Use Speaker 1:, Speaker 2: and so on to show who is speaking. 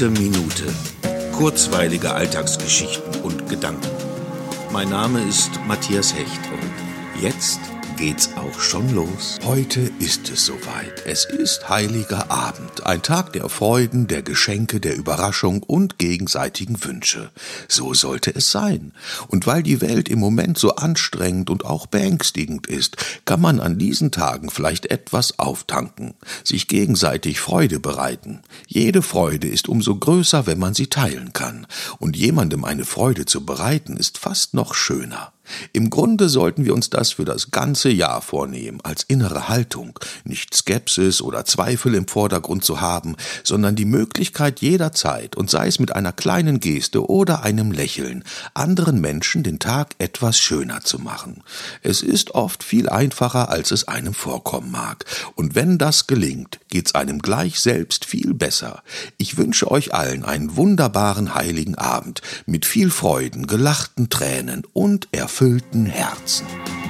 Speaker 1: Gute Minute. Kurzweilige Alltagsgeschichten und Gedanken. Mein Name ist Matthias Hecht und jetzt geht's auch schon los.
Speaker 2: Heute ist es soweit. Es ist Heiliger Abend, ein Tag der Freuden, der Geschenke, der Überraschung und gegenseitigen Wünsche. So sollte es sein. Und weil die Welt im Moment so anstrengend und auch beängstigend ist, kann man an diesen Tagen vielleicht etwas auftanken, sich gegenseitig Freude bereiten. Jede Freude ist umso größer, wenn man sie teilen kann. Und jemandem eine Freude zu bereiten, ist fast noch schöner. Im Grunde sollten wir uns das für das ganze Jahr vornehmen, als innere Haltung, nicht Skepsis oder Zweifel im Vordergrund zu haben, sondern die Möglichkeit jederzeit, und sei es mit einer kleinen Geste oder einem Lächeln, anderen Menschen den Tag etwas schöner zu machen. Es ist oft viel einfacher, als es einem vorkommen mag. Und wenn das gelingt, geht's einem gleich selbst viel besser. Ich wünsche euch allen einen wunderbaren heiligen Abend mit viel Freuden, gelachten Tränen und erfüllten Herzen.